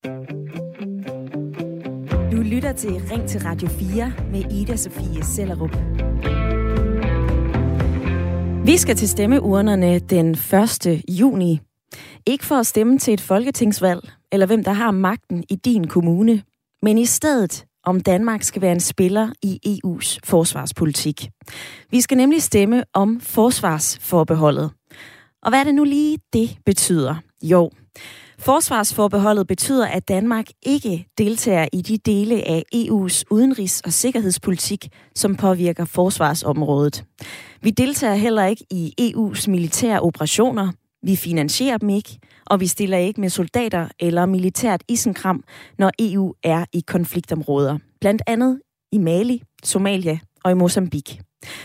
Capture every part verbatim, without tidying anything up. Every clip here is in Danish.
Du lytter til Ring til Radio fire med Ida Sofie Sellerup. Vi skal til stemmeurnerne den første juni. Ikke for at stemme til et folketingsvalg, eller hvem der har magten i din kommune, men i stedet om Danmark skal være en spiller i E U's forsvarspolitik. Vi skal nemlig stemme om forsvarsforbeholdet. Og hvad er det nu lige, det betyder? Jo, forsvarsforbeholdet betyder, at Danmark ikke deltager i de dele af E U's udenrigs- og sikkerhedspolitik, som påvirker forsvarsområdet. Vi deltager heller ikke i E U's militære operationer, vi finansierer dem ikke, og vi stiller ikke med soldater eller militært isenkram, når E U er i konfliktområder. Blandt andet i Mali, Somalia og i Mozambique.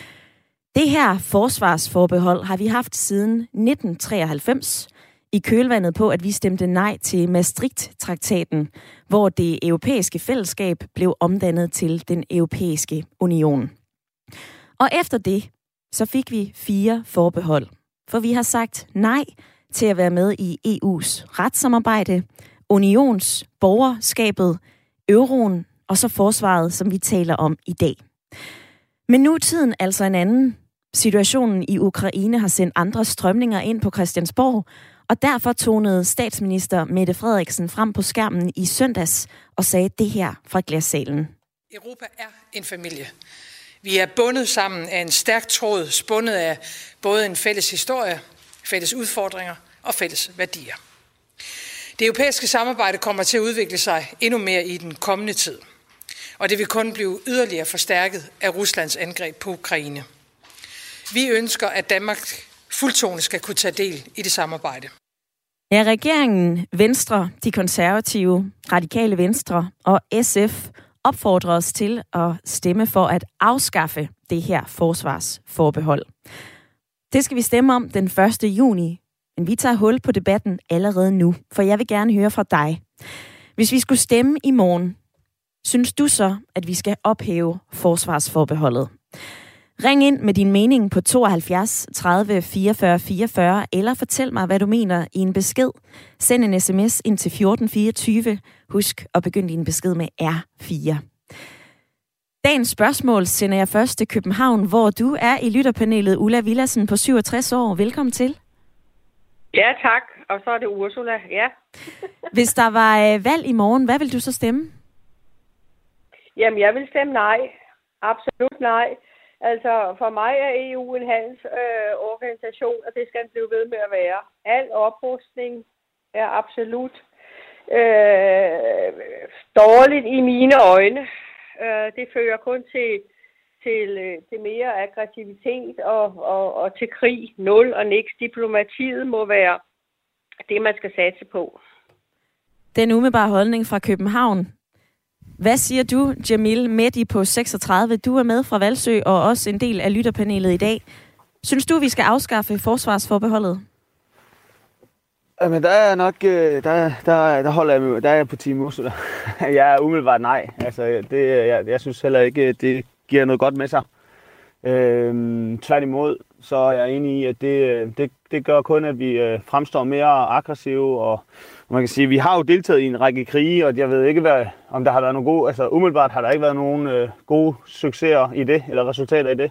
Det her forsvarsforbehold har vi haft siden nitten treoghalvfems, i kølvandet på, at vi stemte nej til Maastricht-traktaten, hvor det europæiske fællesskab blev omdannet til den europæiske union. Og efter det, så fik vi fire forbehold. For vi har sagt nej til at være med i E U's retssamarbejde, unionsborgerskabet, euroen og så forsvaret, som vi taler om i dag. Men nu er tiden altså en anden. Situationen i Ukraine har sendt andre strømninger ind på Christiansborg, og derfor tonede statsminister Mette Frederiksen frem på skærmen i søndags og sagde det her fra glassalen. Europa er en familie. Vi er bundet sammen af en stærk tråd, spundet af både en fælles historie, fælles udfordringer og fælles værdier. Det europæiske samarbejde kommer til at udvikle sig endnu mere i den kommende tid, og det vil kun blive yderligere forstærket af Ruslands angreb på Ukraine. Vi ønsker, at Danmark fuldtonet skal kunne tage del i det samarbejde. Ja, regeringen, Venstre, de konservative, Radikale Venstre og S F opfordrer os til at stemme for at afskaffe det her forsvarsforbehold. Det skal vi stemme om den første juni, men vi tager hul på debatten allerede nu, for jeg vil gerne høre fra dig. Hvis vi skulle stemme i morgen, synes du så, at vi skal ophæve forsvarsforbeholdet? Ring ind med din mening på tooghalvfjerds tredive fireogfyrre fireogfyrre, eller fortæl mig, hvad du mener i en besked. Send en sms ind til fjorten fireogtyve. Husk at begynde din besked med R fire. Dagens spørgsmål sender jeg først til København, hvor du er i lytterpanelet. Ulla Villadsen på syvogtres år. Velkommen til. Ja, tak. Og så er det Ursula, ja. Hvis der var valg i morgen, hvad vil du så stemme? Jamen, jeg vil stemme nej. Absolut nej. Altså, for mig er E U en handelsorganisation, øh, og det skal den blive ved med at være. Al oprustning er absolut øh, dårligt i mine øjne. Øh, det fører kun til, til, til mere aggressivitet og, og, og til krig. Nul og niks. Diplomatiet må være det, man skal satse på. Den umiddelbare holdning fra København. Hvad siger du, Jamil Mehdi på seksogtredive? Du er med fra Valsø og også en del af lytterpanelet i dag. Synes du, vi skal afskaffe forsvarsforbeholdet? Jamen, der er nok, der, der, der holder jeg, der er jeg på Team Ursula. Jeg er umiddelbart nej. Altså, det, jeg, jeg synes heller ikke, det giver noget godt med sig. Øhm, tværtimod, så er jeg enig i, at det, det, det gør kun, at vi fremstår mere aggressive, og man kan sige, at vi har jo deltaget i en række krige, og jeg ved ikke, hvad, om der har været nogle gode, altså umiddelbart har der ikke været nogen øh, gode succeser i det, eller resultater i det.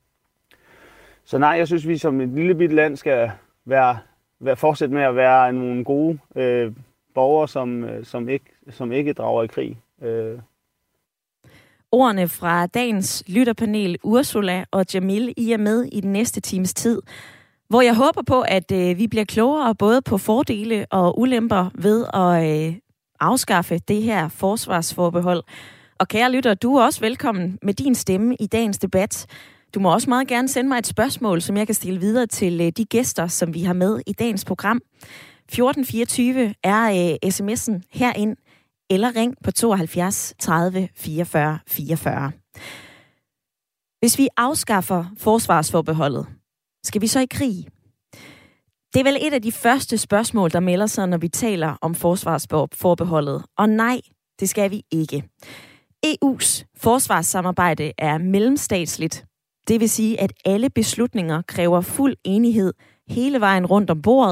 Så nej, jeg synes, vi som et lille bitte land skal være, være, fortsætte med at være nogle gode øh, borgere, som, øh, som, ikke, som ikke drager i krig. Øh. Ordene fra dagens lytterpanel, Ursula og Jamil, I er med i den næste times tid, hvor jeg håber på, at øh, vi bliver klogere både på fordele og ulemper ved at øh, afskaffe det her forsvarsforbehold. Og kære lytter, du er også velkommen med din stemme i dagens debat. Du må også meget gerne sende mig et spørgsmål, som jeg kan stille videre til øh, de gæster, som vi har med i dagens program. fjorten fireogtyve er øh, sms'en herind, eller ring på tooghalvfjerds tredive fireogfyrre fireogfyrre. Hvis vi afskaffer forsvarsforbeholdet, skal vi så i krig? Det er vel et af de første spørgsmål, der melder sig, når vi taler om forsvarsforbeholdet. Og nej, det skal vi ikke. E U's forsvarssamarbejde er mellemstatsligt. Det vil sige, at alle beslutninger kræver fuld enighed hele vejen rundt om bordet,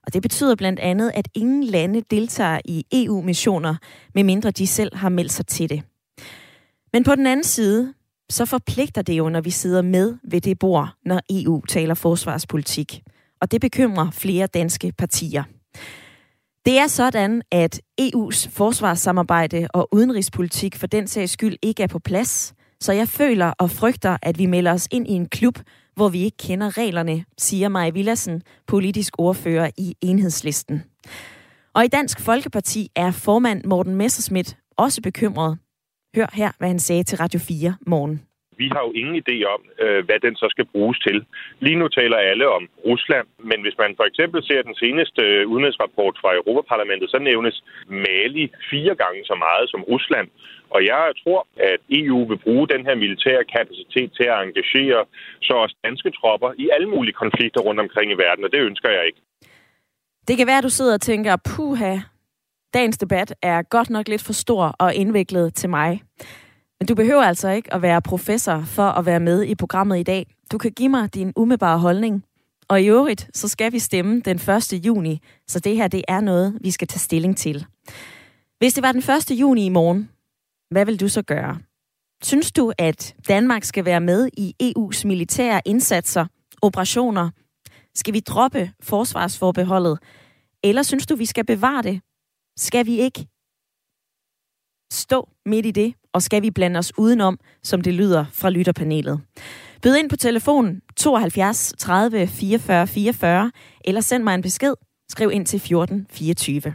Og det betyder blandt andet, at ingen lande deltager i E U-missioner, medmindre de selv har meldt sig til det. Men på den anden side, så forpligter det jo, når vi sidder med ved det bord, når E U taler forsvarspolitik. Og det bekymrer flere danske partier. Det er sådan, at E U's forsvarssamarbejde og udenrigspolitik for den sags skyld ikke er på plads, så jeg føler og frygter, at vi melder os ind i en klub, hvor vi ikke kender reglerne, siger Mai Villadsen, politisk ordfører i Enhedslisten. Og i Dansk Folkeparti er formand Morten Messerschmidt også bekymret. Hør her, hvad han sagde til Radio fire morgen. Vi har jo ingen idé om, hvad den så skal bruges til. Lige nu taler alle om Rusland, men hvis man for eksempel ser den seneste udenrigsrapport fra Europaparlamentet, så nævnes Mali fire gange så meget som Rusland. Og jeg tror, at E U vil bruge den her militære kapacitet til at engagere så også danske tropper i alle mulige konflikter rundt omkring i verden, og det ønsker jeg ikke. Det kan være, at du sidder og tænker, puha, dagens debat er godt nok lidt for stor og indviklet til mig. Men du behøver altså ikke at være professor for at være med i programmet i dag. Du kan give mig din umiddelbare holdning. Og i øvrigt, så skal vi stemme den første juni, så det her, det er noget, vi skal tage stilling til. Hvis det var den første juni i morgen, hvad vil du så gøre? Synes du, at Danmark skal være med i E U's militære indsatser, operationer? Skal vi droppe forsvarsforbeholdet? Eller synes du, vi skal bevare det? Skal vi ikke stå midt i det, og skal vi blande os udenom, som det lyder fra lytterpanelet? Byd ind på telefonen tooghalvfjerds tredive fireogfyrre fireogfyrre, eller send mig en besked. Skriv ind til fjorten fireogtyve.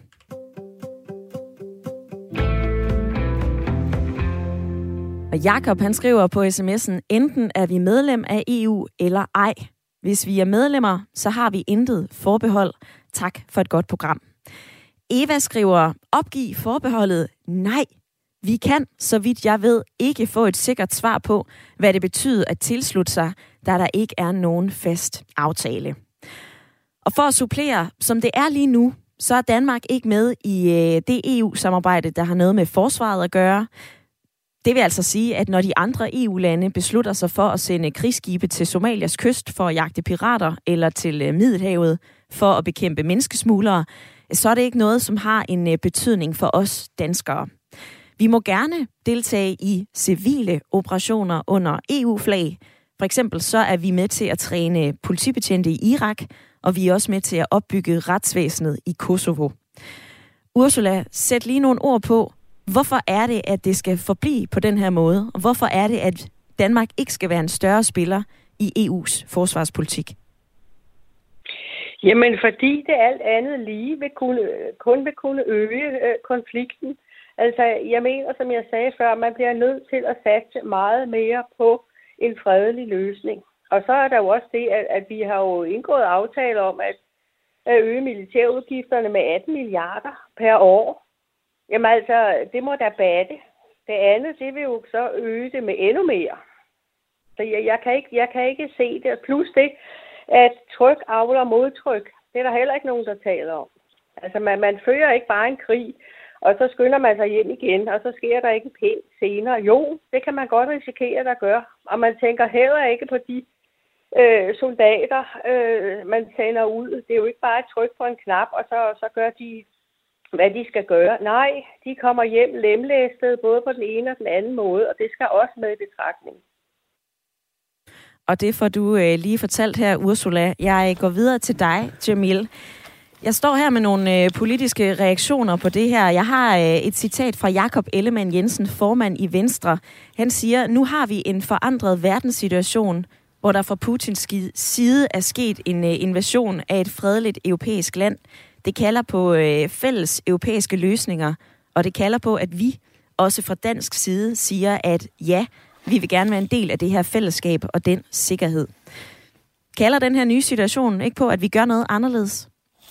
Og Jakob, han skriver på sms'en, enten er vi medlem af E U eller ej. Hvis vi er medlemmer, så har vi intet forbehold. Tak for et godt program. Eva skriver, opgiv forbeholdet. Nej, vi kan, så vidt jeg ved, ikke få et sikkert svar på, hvad det betyder at tilslutte sig, da der ikke er nogen fast aftale. Og for at supplere, som det er lige nu, så er Danmark ikke med i det E U-samarbejde, der har noget med forsvaret at gøre. Det vil altså sige, at når de andre E U-lande beslutter sig for at sende krigsskibe til Somalias kyst for at jagte pirater, eller til Middelhavet for at bekæmpe menneskesmuglere, så er det ikke noget, som har en betydning for os danskere. Vi må gerne deltage i civile operationer under E U-flag. For eksempel så er vi med til at træne politibetjente i Irak, og vi er også med til at opbygge retsvæsenet i Kosovo. Ursula, sæt lige nogle ord på, hvorfor er det, at det skal forblive på den her måde? Og hvorfor er det, at Danmark ikke skal være en større spiller i E U's forsvarspolitik? Jamen, fordi det alt andet lige vil kunne, kun vil kunne øge øh, konflikten. Altså, jeg mener, som jeg sagde før, man bliver nødt til at satse meget mere på en fredelig løsning. Og så er der jo også det, at, at vi har jo indgået aftaler om at, at øge militærudgifterne med atten milliarder per år. Jamen altså, det må da batte. Det andet, det vil jo så øge det med endnu mere. Så jeg, jeg, kan, ikke, jeg kan ikke se det. Plus det, at tryk avler modtryk. Det er der heller ikke nogen, der taler om. Altså, man, man fører ikke bare en krig, og så skynder man sig hjem igen, og så sker der ikke pænt senere. Jo, det kan man godt risikere, der gør. Og man tænker heller ikke på de øh, soldater, øh, man sender ud. Det er jo ikke bare et tryk på en knap, og så, så gør de, hvad de skal gøre. Nej, de kommer hjem lemlæstet, både på den ene og den anden måde, og det skal også med i betragtning. Og det får du øh, lige fortalt her, Ursula. Jeg går videre til dig, Jamil. Jeg står her med nogle øh, politiske reaktioner på det her. Jeg har øh, et citat fra Jakob Ellemann Jensen, formand i Venstre. Han siger, nu har vi en forandret verdenssituation, hvor der fra Putins side er sket en øh, invasion af et fredeligt europæisk land. Det kalder på øh, fælles europæiske løsninger, og det kalder på, at vi også fra dansk side siger, at ja, vi vil gerne være en del af det her fællesskab og den sikkerhed. Kalder den her nye situation ikke på, at vi gør noget anderledes?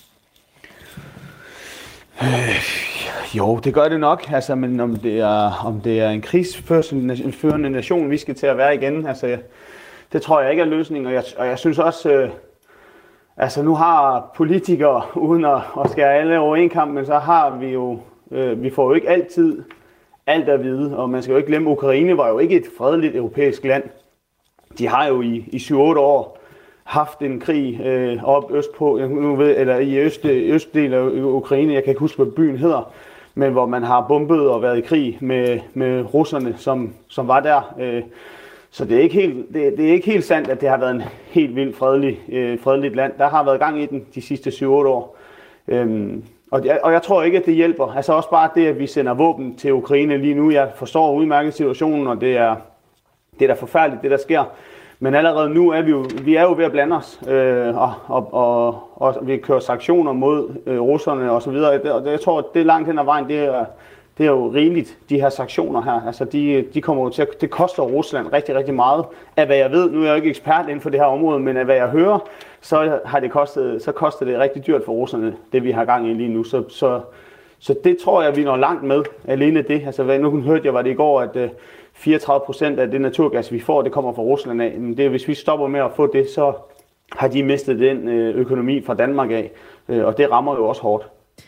Øh, jo, det gør det nok. Altså, men om det er, om det er en krigsførende nation, vi skal til at være igen, altså, det tror jeg ikke er løsningen. Og jeg, og jeg synes også, øh, altså nu har politikere, uden at, at skære alle over en kamp, men så har vi jo, øh, vi får jo ikke altid alt at vide, og man skal jo ikke glemme, Ukraine var jo ikke et fredeligt europæisk land. De har jo i, i syv otte år haft en krig øh, op østpå, nu ved, eller i øst, østdel af Ukraine, jeg kan ikke huske, hvad byen hedder, men hvor man har bombet og været i krig med, med russerne, som, som var der. Øh, så det er, ikke helt, det, det er ikke helt sandt, at det har været en helt vildt fredelig, øh, fredeligt land. Der har været gang i den de sidste syv otte år. Øhm, og, og jeg tror ikke, at det hjælper. Altså også bare det, at vi sender våben til Ukraine lige nu. Jeg forstår udmærket situationen, og det er, det er da forfærdeligt, det der sker. Men allerede nu er vi jo, vi er jo ved at blande os, øh, og, og, og, og vi kører sanktioner mod øh, russerne og så videre. Og det, jeg tror, at det er langt hen ad vejen, det er, det er jo rigeligt, de her sanktioner her. Altså, de, de kommer jo til at, det koster Rusland rigtig, rigtig meget. Af hvad jeg ved, nu er jeg jo ikke ekspert inden for det her område, men af hvad jeg hører, så har det kostet, så koster det rigtig dyrt for russerne, det vi har gang i lige nu. Så, så, så det tror jeg, vi når langt med, alene det. Altså, nu hørte jeg, var det i går, at fireogtredive procent af det naturgas, vi får, det kommer fra Rusland af. Men det, hvis vi stopper med at få det, så har de mistet den økonomi fra Danmark af. Og det rammer jo også hårdt.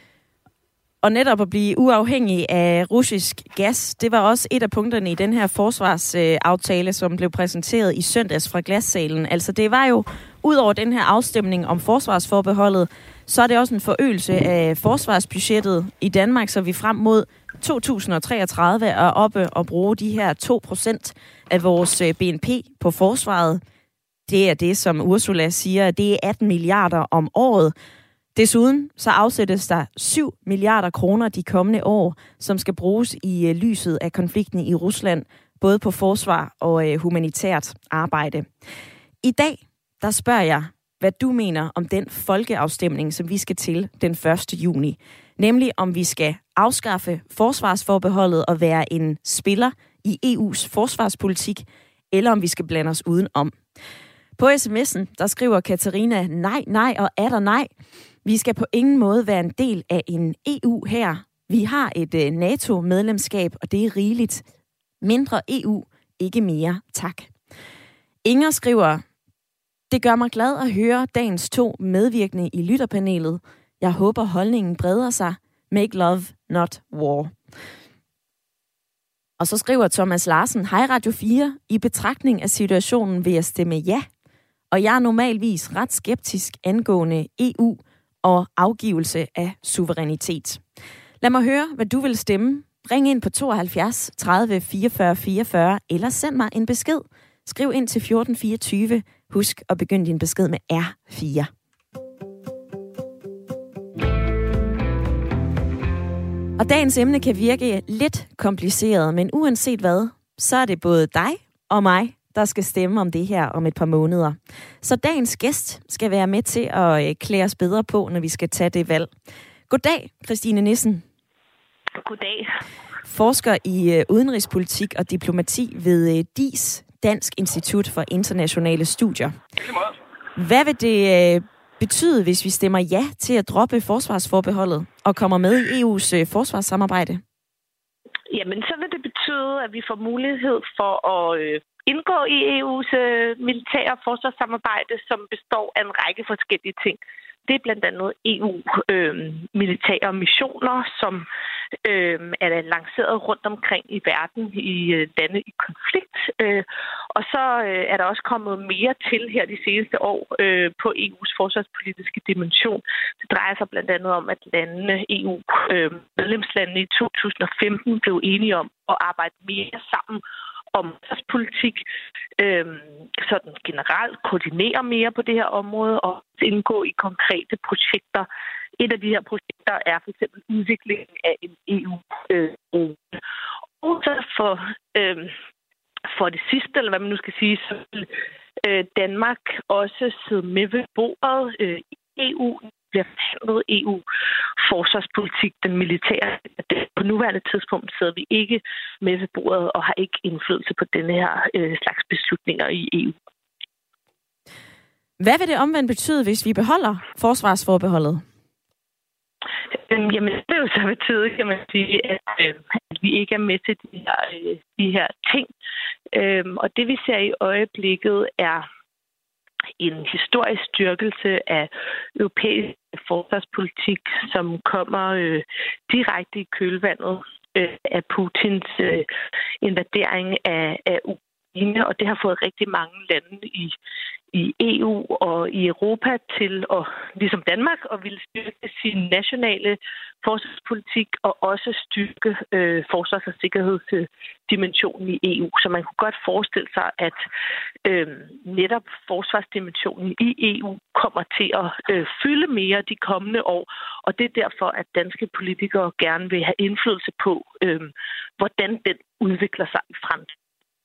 Og netop at blive uafhængig af russisk gas, det var også et af punkterne i den her forsvarsaftale, som blev præsenteret i søndags fra Glassalen. Altså det var jo, ud over den her afstemning om forsvarsforbeholdet, så er det også en forøgelse af forsvarsbudgettet i Danmark, så vi frem mod to tusind og treogtredive er oppe og bruge de her to procent af vores B N P på forsvaret. Det er det, som Ursula siger, det er atten milliarder om året. Desuden så afsættes der syv milliarder kroner de kommende år, som skal bruges i lyset af konflikten i Rusland, både på forsvar og humanitært arbejde. I dag, der spørger jeg, hvad du mener om den folkeafstemning, som vi skal til den første juni. Nemlig om vi skal afskaffe forsvarsforbeholdet og være en spiller i E U's forsvarspolitik, eller om vi skal blande os udenom. På sms'en, der skriver Katarina, nej, nej og er der nej. Vi skal på ingen måde være en del af en E U her. Vi har et NATO-medlemskab, og det er rigeligt. Mindre E U, ikke mere, tak. Inger skriver, det gør mig glad at høre dagens to medvirkende i lytterpanelet. Jeg håber, holdningen breder sig. Make love, not war. Og så skriver Thomas Larsen, hej Radio fire. I betragtning af situationen vil jeg stemme ja. Og jeg er normalvis ret skeptisk angående E U og afgivelse af suverænitet. Lad mig høre, hvad du vil stemme. Ring ind på tooghalvfjerds tredive fireogfyrre fireogfyrre eller send mig en besked. Skriv ind til fjorten fireogtyve. Husk at begynde din besked med R fire. Og dagens emne kan virke lidt kompliceret, men uanset hvad, så er det både dig og mig, der skal stemme om det her om et par måneder. Så dagens gæst skal være med til at klæde os bedre på, når vi skal tage det valg. Goddag, Christine Nissen. Goddag. Forsker i udenrigspolitik og diplomati ved D I S, Dansk Institut for Internationale Studier. Hvad vil det betyde, hvis vi stemmer ja til at droppe forsvarsforbeholdet og kommer med i E U's forsvarssamarbejde? Jamen, så vil det betyde, at vi får mulighed for at øh, indgå i E U's øh, militære forsvarssamarbejde, som består af en række forskellige ting. Det er blandt andet E U-militære øh, missioner, som øh, er lanceret rundt omkring i verden i øh, lande i konflikt. Øh, og så øh, er der også kommet mere til her de seneste år øh, på E U's forsvarspolitiske dimension. Det drejer sig blandt andet om, at landene, E U-medlemslandene i to tusind og femten blev enige om at arbejde mere sammen om politik, øh, sådan generelt koordinere mere på det her område og indgå i konkrete projekter. Et af de her projekter er for eksempel udviklingen af en E U-drone. Øh, og så for, øh, for det sidste, eller hvad man nu skal sige, så vil øh, Danmark også sidde med ved bordet øh, i E U, bliver forhandlet E U-forsvarspolitik, den militære. På nuværende tidspunkt sidder vi ikke med ved bordet og har ikke indflydelse på denne her øh, slags beslutninger i E U. Hvad vil det omvendt betyde, hvis vi beholder forsvarsforbeholdet? Øhm, jamen, det vil jo så betyde, kan man sige, at, øh, at vi ikke er med til de her, øh, de her ting. Øhm, og det vi ser i øjeblikket er en historisk styrkelse af europæisk forsvarspolitik, som kommer øh, direkte i kølvandet øh, af Putins øh, invadering af, af Ukraine, og det har fået rigtig mange lande i, i E U og i Europa til, at, ligesom Danmark, at ville styrke sin nationale forsvarspolitik og også styrke øh, forsvars- og sikkerhedsdimensionen i E U. Så man kunne godt forestille sig, at øh, netop forsvarsdimensionen i E U kommer til at øh, fylde mere de kommende år, og det er derfor, at danske politikere gerne vil have indflydelse på, øh, hvordan den udvikler sig i fremtiden.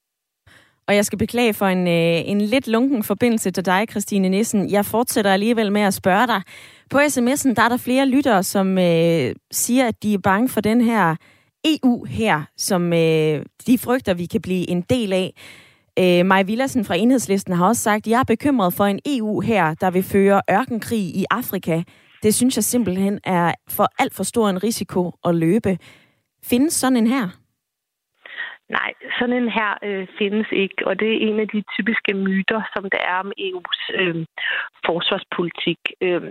Og jeg skal beklage for en, øh, en lidt lunken forbindelse til dig, Christine Nissen. Jeg fortsætter alligevel med at spørge dig. På sms'en der er der flere lyttere, som øh, siger, at de er bange for den her E U her, som øh, de frygter, vi kan blive en del af. Øh, Maja Villadsen fra Enhedslisten har også sagt, at jeg er bekymret for en E U her, der vil føre ørkenkrig i Afrika. Det synes jeg simpelthen er for alt for stor en risiko at løbe. Findes sådan en her? Nej, sådan en her øh, findes ikke, og det er en af de typiske myter, som der er om E U's øh, forsvarspolitik. Øh,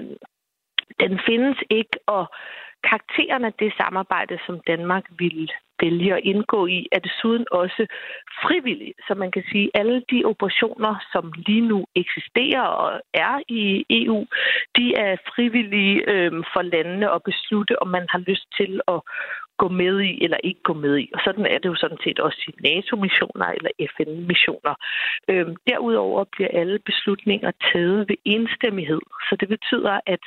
den findes ikke, og karakteren af det samarbejde, som Danmark ville vælge at indgå i, er desuden også frivilligt. Så man kan sige, at alle de operationer, som lige nu eksisterer og er i E U, de er frivillige øh, for landene at beslutte, om man har lyst til at gå med i eller ikke gå med i. Og sådan er det jo sådan set også i NATO-missioner eller F N-missioner. Øhm, derudover bliver alle beslutninger taget ved enstemmighed. Så det betyder, at,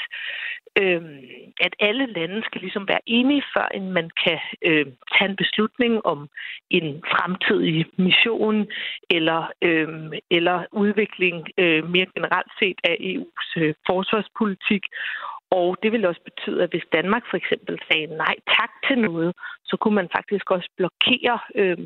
øhm, at alle lande skal ligesom være enige, før end man kan øh, tage en beslutning om en fremtidig mission eller, øh, eller udvikling øh, mere generelt set af E U's øh, forsvarspolitik. Og det vil også betyde, at hvis Danmark for eksempel sagde nej tak til noget, så kunne man faktisk også blokere øh,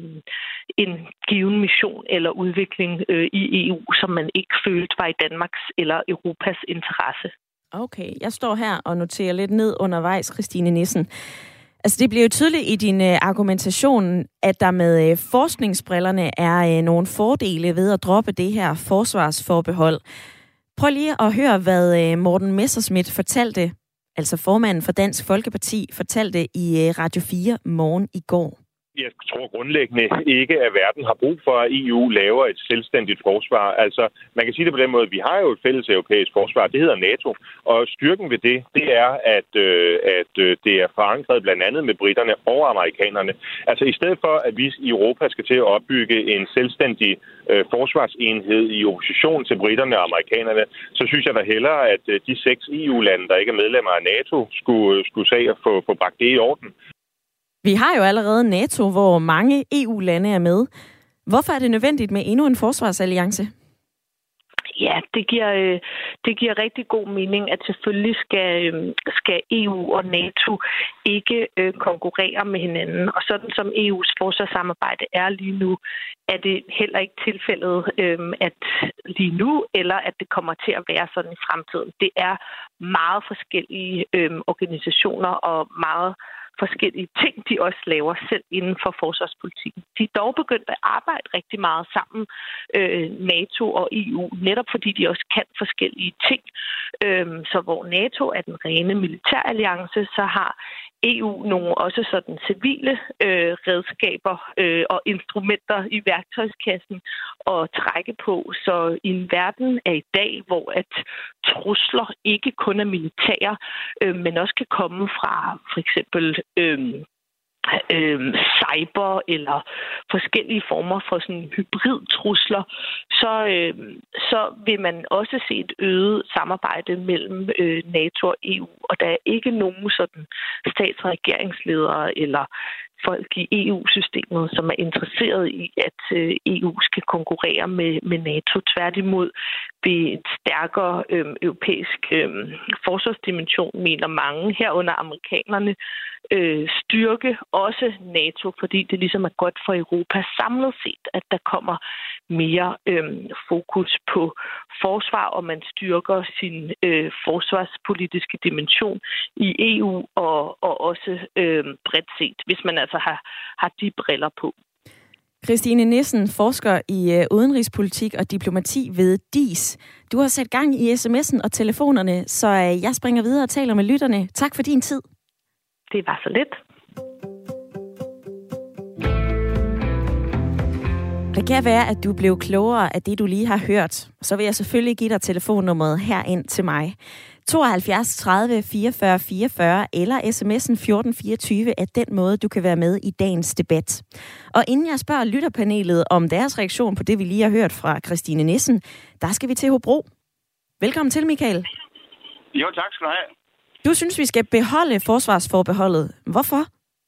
en given mission eller udvikling øh, i E U, som man ikke følte var i Danmarks eller Europas interesse. Okay, jeg står her og noterer lidt ned undervejs, Christine Nissen. Altså det bliver jo tydeligt i din øh, argumentation, at der med øh, forskningsbrillerne er øh, nogle fordele ved at droppe det her forsvarsforbehold. Prøv lige at høre, hvad Morten Messerschmidt fortalte, altså formanden for Dansk Folkeparti, fortalte i Radio fire Morgen i går. Jeg tror grundlæggende ikke, at verden har brug for, at E U laver et selvstændigt forsvar. Altså, man kan sige det på den måde, at vi har jo et fælles europæisk forsvar, det hedder NATO. Og styrken ved det, det er, at, øh, at øh, det er forankret blandt andet med britterne og amerikanerne. Altså, i stedet for, at vi i Europa skal til at opbygge en selvstændig øh, forsvarsenhed i opposition til britterne og amerikanerne, så synes jeg da hellere, at øh, de seks E U-lande, der ikke er medlemmer af NATO, skulle, skulle se at få, få bragt det i orden. Vi har jo allerede NATO, hvor mange E U-lande er med. Hvorfor er det nødvendigt med endnu en forsvarsalliance? Ja, det giver, det giver rigtig god mening, at selvfølgelig skal, skal E U og NATO ikke konkurrere med hinanden. Og sådan som E U's forsvarssamarbejde er lige nu, er det heller ikke tilfældet, at lige nu, eller at det kommer til at være sådan i fremtiden. Det er meget forskellige organisationer og meget forskellige ting, de også laver selv inden for forsvarspolitikken. De er dog begyndt at arbejde rigtig meget sammen, øh, NATO og E U, netop fordi de også kan forskellige ting. Øh, så hvor NATO er den rene militæralliance, så har E U nogle også sådan civile øh, redskaber øh, og instrumenter i værktøjskassen at trække på. Så i en verden af i dag, hvor at trusler ikke kun er militære, øh, men også kan komme fra for eksempel øh, øh, cyber eller forskellige former for sådan hybridtrusler, så, øh, så vil man også se et øget samarbejde mellem øh, NATO og E U. Og der er ikke nogen sådan stats- og regeringsledere eller folk i E U-systemet, som er interesseret i, at øh, E U skal konkurrere med, med NATO. Tværtimod ved et stærkere øh, europæisk øh, forsvarsdimension, mener mange, herunder amerikanerne, øh, styrke også NATO, fordi det ligesom er godt for Europa samlet set, at der kommer mere øh, fokus på forsvar, og man styrker sin øh, forsvarspolitiske dimension i E U og, og også øh, bredt set, hvis man altså har, har de briller på. Christine Nissen, forsker i uh, udenrigspolitik og diplomati ved D I S. Du har sat gang i sms'en og telefonerne, så uh, jeg springer videre og taler med lytterne. Tak for din tid. Det var så lidt. Det kan være, at du blev klogere af det, du lige har hørt. Så vil jeg selvfølgelig give dig telefonnummeret herind til mig. tooghalvfjerds tredive fireogfyrre fireogfyrre eller sms'en fjorten fireogtyve er den måde, du kan være med i dagens debat. Og inden jeg spørger lytterpanelet om deres reaktion på det, vi lige har hørt fra Christine Nissen, der skal vi til Hobro. Velkommen til, Michael. Jo, tak skal du have. Du synes, vi skal beholde forsvarsforbeholdet. Hvorfor?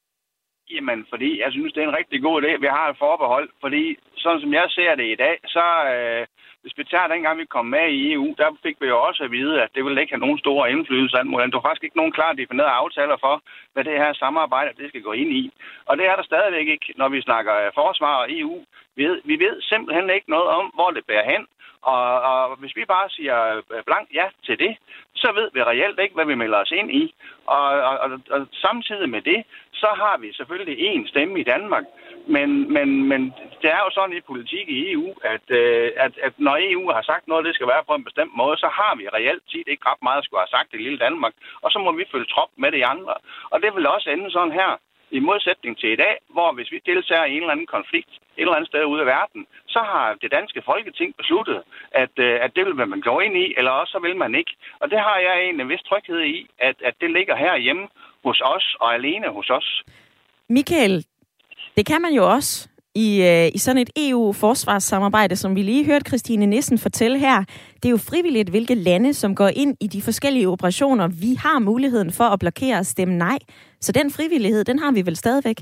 Jamen, fordi jeg synes, det er en rigtig god idé, vi har et forbehold. Fordi sådan som jeg ser det i dag, så øh, hvis vi tager dengang, vi kom med i E U, der fik vi jo også at vide, at det ville ikke have nogen store indflydelse. Der var faktisk ikke nogen klart definerede aftaler for, hvad det her samarbejde det skal gå ind i. Og det er der stadigvæk ikke, når vi snakker forsvar og E U. Vi ved, vi ved simpelthen ikke noget om, hvor det bærer hen. Og, og hvis vi bare siger blankt ja til det, så ved vi reelt ikke, hvad vi melder os ind i. Og, og, og, og samtidig med det, så har vi selvfølgelig én stemme i Danmark. Men, men, men det er jo sådan i politik i E U, at, at, at når E U har sagt noget, det skal være på en bestemt måde, så har vi reelt tit ikke ret meget at skulle have sagt i lille Danmark. Og så må vi følge trop med det andre. Og det vil også ende sådan her. I modsætning til i dag, hvor hvis vi deltager i en eller anden konflikt et eller andet sted ude af verden, så har det danske folketing besluttet, at, at det vil man gå ind i, eller også så vil man ikke. Og det har jeg en vis tryghed i, at, at det ligger herhjemme hos os og alene hos os. Michael, det kan man jo også i, øh, i sådan et E U-forsvarssamarbejde, som vi lige hørte Christine Nissen fortælle her. Det er jo frivilligt, hvilke lande, som går ind i de forskellige operationer. Vi har muligheden for at blokere og stemme nej. Så den frivillighed, den har vi vel stadigvæk?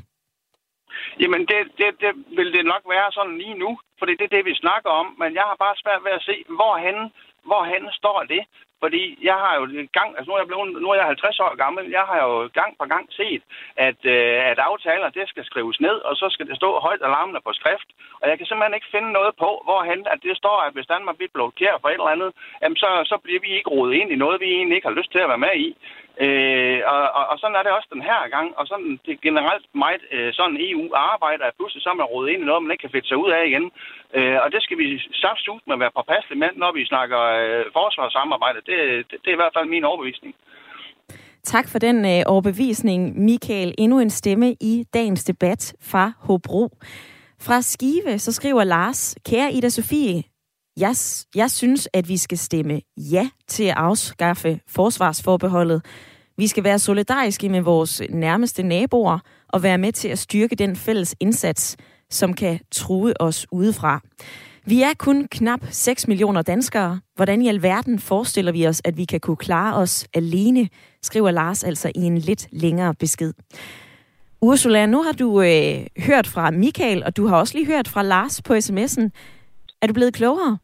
Jamen, det, det, det vil det nok være sådan lige nu, for det er det, vi snakker om. Men jeg har bare svært ved at se, hvorhenne, hvorhenne står det. Fordi jeg har jo gang, altså nu er jeg blevet, nu er jeg halvtreds år gammel, jeg har jo gang på gang set, at, øh, at aftaler, det skal skrives ned, og så skal det stå højt og larmende på skrift. Og jeg kan simpelthen ikke finde noget på, hvorhen at det står, at hvis Danmark bliver blokeret for et eller andet, jamen så, så bliver vi ikke rodet ind i noget, vi egentlig ikke har lyst til at være med i. Øh, og, og, og sådan er det også den her gang, og sådan det generelt meget øh, sådan E U arbejder, at pludselig så er man rodet ind i noget, man ikke kan fedte sig ud af igen. Øh, og det skal vi saftsus med at være påpasselige med, når vi snakker øh, forsvarssamarbejde. Det, det, det er i hvert fald min overbevisning. Tak for den øh, overbevisning, Michael. Endnu en stemme i dagens debat fra Hobro. Fra Skive, så skriver Lars: Kære Ida Sofie, jeg, jeg synes, at vi skal stemme ja til at afskaffe forsvarsforbeholdet. Vi skal være solidariske med vores nærmeste naboer og være med til at styrke den fælles indsats, som kan true os udefra. Vi er kun knap seks millioner danskere. Hvordan i alverden forestiller vi os, at vi kan kunne klare os alene, skriver Lars altså i en lidt længere besked. Ursula, nu har du øh, hørt fra Michael, og du har også lige hørt fra Lars på sms'en. Er du blevet klogere?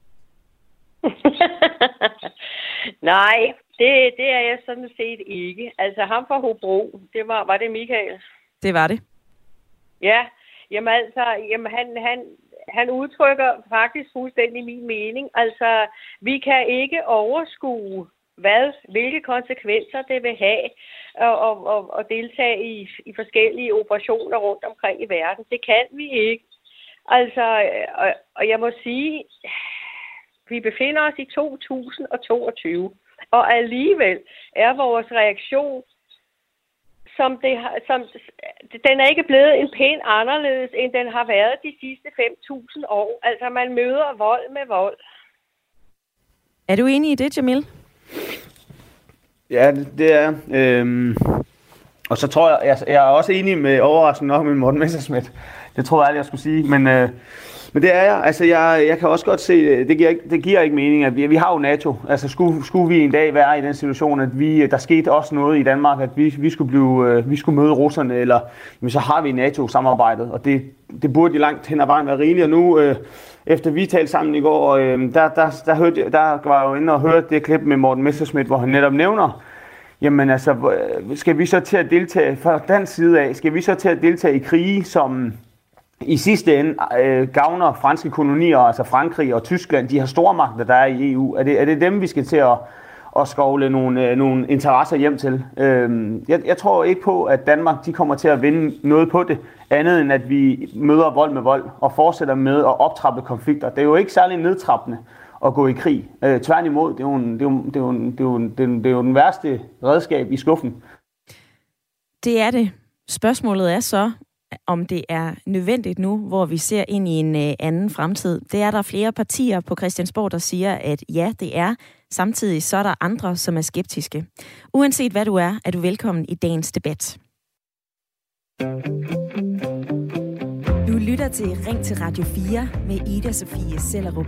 Nej, det, det er jeg sådan set ikke. Altså ham fra Hobro, det var, var det Michael? Det var det. Ja, jamen altså, jamen han, han, han udtrykker faktisk fuldstændig min mening. Altså, vi kan ikke overskue, hvad, hvilke konsekvenser det vil have at, at, at, at deltage i, i forskellige operationer rundt omkring i verden. Det kan vi ikke. Altså, og, og jeg må sige, vi befinder os i to tusind toogtyve, og alligevel er vores reaktion, som det har, som, den er ikke blevet en pæn anderledes, end den har været de sidste fem tusind år. Altså, man møder vold med vold. Er du enig i det, Jamil? Ja, det, det er øhm, og så tror jeg, jeg, jeg er også enig med overraskende nok med Morten Messerschmidt. Det tror jeg aldrig, jeg skulle sige, men, øh, men det er jeg. Altså, jeg, jeg kan også godt se, det giver ikke, det giver ikke mening, at vi, vi har jo NATO. Altså, skulle, skulle vi en dag være i den situation, at vi, der skete også noget i Danmark, at vi, vi, skulle, blive, øh, vi skulle møde russerne, eller jamen, så har vi NATO-samarbejdet, og det, det burde de langt hen ad vejen være rigeligt. Og nu, øh, efter vi talte sammen i går, øh, der, der, der, hørte, der var jeg jo inde og hørte det klip med Morten Messerschmidt, hvor han netop nævner, jamen altså, skal vi så til at deltage fra den side af, skal vi så til at deltage i krige, som i sidste ende øh, gavner franske kolonier, altså Frankrig og Tyskland, de her stormagter, der er i E U. Er det, er det dem, vi skal til at, at skovle nogle, øh, nogle interesser hjem til? Øh, jeg, jeg tror ikke på, at Danmark de kommer til at vinde noget på det, andet end at vi møder vold med vold og fortsætter med at optrappe konflikter. Det er jo ikke særlig nedtrappende at gå i krig. Øh, tværtimod, det er jo, en, det er jo, det er jo, det er jo, det er jo, det er jo den værste redskab i skuffen. Det er det. Spørgsmålet er så, om det er nødvendigt nu, hvor vi ser ind i en øh, anden fremtid. Det er der flere partier på Christiansborg, der siger, at ja, det er. Samtidig så er der andre, som er skeptiske. Uanset hvad du er, er du velkommen i dagens debat. Du lytter til Ring til Radio fire med Ida Sofie Sellerup.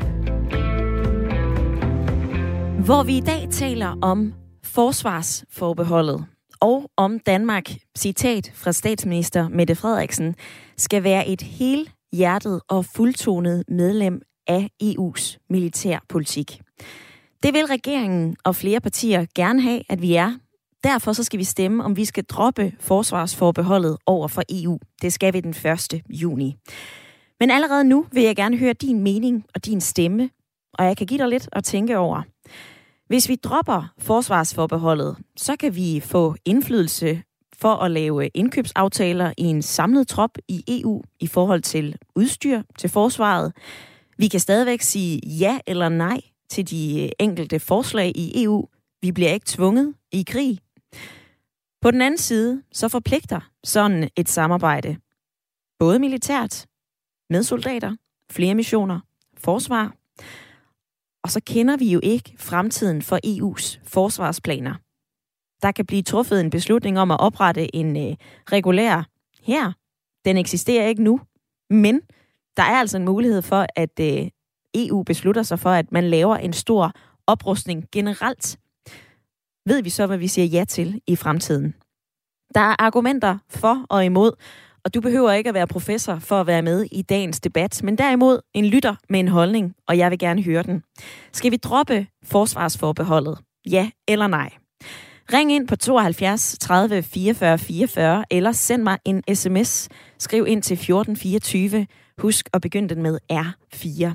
Hvor vi i dag taler om forsvarsforbeholdet. Og om Danmark, citat fra statsminister Mette Frederiksen, skal være et helhjertet og fuldtonet medlem af E U's militærpolitik. Det vil regeringen og flere partier gerne have, at vi er. Derfor så skal vi stemme, om vi skal droppe forsvarsforbeholdet over for E U. Det skal vi den første juni. Men allerede nu vil jeg gerne høre din mening og din stemme, og jeg kan give dig lidt at tænke over. Hvis vi dropper forsvarsforbeholdet, så kan vi få indflydelse for at lave indkøbsaftaler i en samlet trop i E U i forhold til udstyr til forsvaret. Vi kan stadigvæk sige ja eller nej til de enkelte forslag i E U. Vi bliver ikke tvunget i krig. På den anden side, så forpligter sådan et samarbejde både militært, med soldater, flere missioner, forsvar. Og så kender vi jo ikke fremtiden for E U's forsvarsplaner. Der kan blive truffet en beslutning om at oprette en øh, regulær hær. Den eksisterer ikke nu, men der er altså en mulighed for, at øh, E U beslutter sig for, at man laver en stor oprustning generelt. Ved vi så, hvad vi siger ja til i fremtiden? Der er argumenter for og imod, og du behøver ikke at være professor for at være med i dagens debat, men derimod en lytter med en holdning, og jeg vil gerne høre den. Skal vi droppe forsvarsforbeholdet? Ja eller nej? Ring ind på tooghalvfjerds tredive fireogfyrre fireogfyrre, eller send mig en sms. Skriv ind til fjorten fireogtyve. Husk at begynde den med R fire.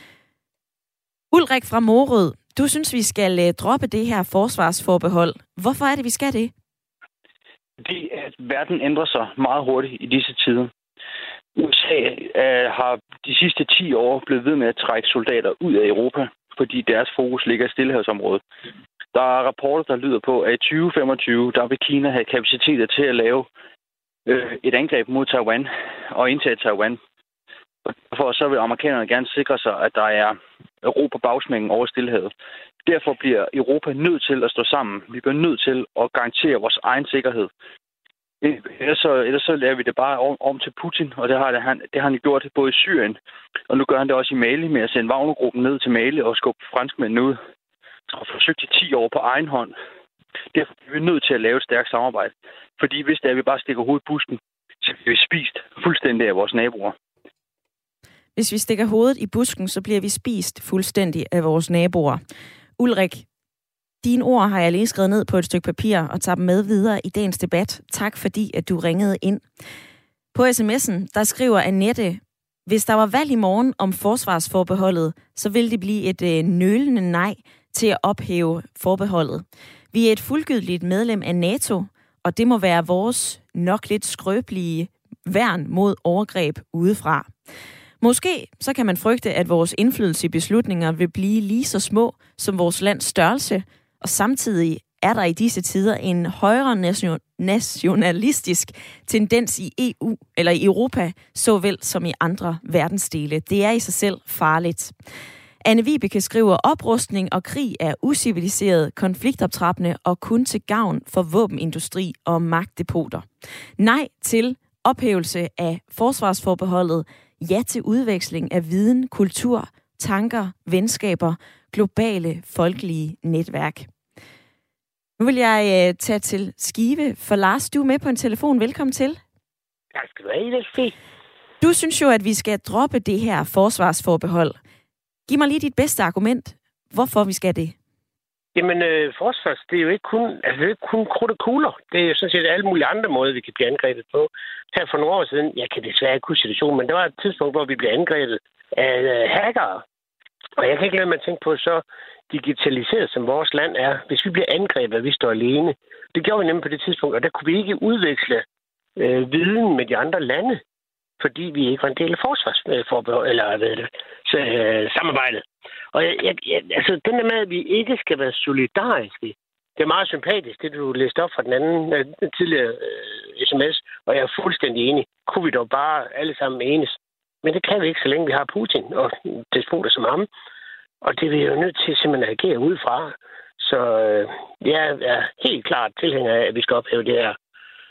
Ulrik fra Morød, du synes, vi skal droppe det her forsvarsforbehold. Hvorfor er det, vi skal det? Fordi at verden ændrer sig meget hurtigt i disse tider. U S A øh, har de sidste ti år blevet ved med at trække soldater ud af Europa, fordi deres fokus ligger i Stillehavsområdet. Der er rapporter, der lyder på, at i tyve femogtyve, der vil Kina have kapaciteter til at lave øh, et angreb mod Taiwan og indtage Taiwan. Derfor så vil amerikanerne gerne sikre sig, at der er ro på bagsmængen over Stillehavet. Derfor bliver Europa nødt til at stå sammen. Vi bliver nødt til at garantere vores egen sikkerhed. Ellers så, ellers så laver vi det bare om, om til Putin, og det har, det, han, det har han gjort både i Syrien, og nu gør han det også i Mali med at sende Wagner-gruppen ned til Mali og skubbe franskmændene ud. Så har forsøgt i ti år på egen hånd. Derfor er vi nødt til at lave et stærkt samarbejde. Fordi hvis det er, at vi bare stikker hovedet i busken, så bliver vi spist fuldstændig af vores naboer. Hvis vi stikker hovedet i busken, så bliver vi spist fuldstændig af vores naboer. Ulrik, dine ord har jeg lige skrevet ned på et stykke papir og tager dem med videre i dagens debat. Tak fordi, at du ringede ind. På sms'en, der skriver Annette, hvis der var valg i morgen om forsvarsforbeholdet, så vil det blive et øh, nølende nej til at ophæve forbeholdet. Vi er et fuldgyldigt medlem af NATO, og det må være vores nok lidt skrøbelige værn mod overgreb udefra. Måske så kan man frygte, at vores indflydelse i beslutninger vil blive lige så små som vores lands størrelse, og samtidig er der i disse tider en højere nationalistisk tendens i E U eller i Europa, såvel som i andre verdensdele. Det er i sig selv farligt. Anne Vibeke skriver, oprustning og krig er uciviliseret, konfliktoptrappende og kun til gavn for våbenindustri og magtdepoter. Nej til ophævelse af forsvarsforbeholdet. Ja til udveksling af viden, kultur, tanker, venskaber, globale folkelige netværk. Nu vil jeg øh, tage til Skive, for Lars, du er med på en telefon. Velkommen til. Tak skal du have, Elfie. Du synes jo, at vi skal droppe det her forsvarsforbehold. Giv mig lige dit bedste argument. Hvorfor vi skal det? Jamen, øh, forsvars, det er jo ikke kun, altså, det er ikke kun krudt og kugler. Det er jo sådan set alle mulige andre måder, vi kan blive angrebet på. Her for nogle år siden, jeg kan desværre ikke huske situationen, men der var et tidspunkt, hvor vi blev angrebet af øh, hackere. Og jeg kan ikke lade mig tænke på, så digitaliseret som vores land er, hvis vi bliver angrebet, at vi står alene. Det gjorde vi nemlig på det tidspunkt, og der kunne vi ikke udveksle øh, viden med de andre lande, fordi vi ikke var en del af forsvarsforbehold, eller hvad det, så, øh, samarbejdet. Og jeg, jeg, altså, den der med, at vi ikke skal være solidariske, det er meget sympatisk, det du læste op fra den anden den tidligere øh, sms, og jeg er fuldstændig enig. Kunne vi dog bare alle sammen enes? Men det kan vi ikke, så længe vi har Putin og despoter som ham. Og det er vi jo nødt til simpelthen at agere ud fra. Så øh, jeg er helt klart tilhænger af, at vi skal ophæve det her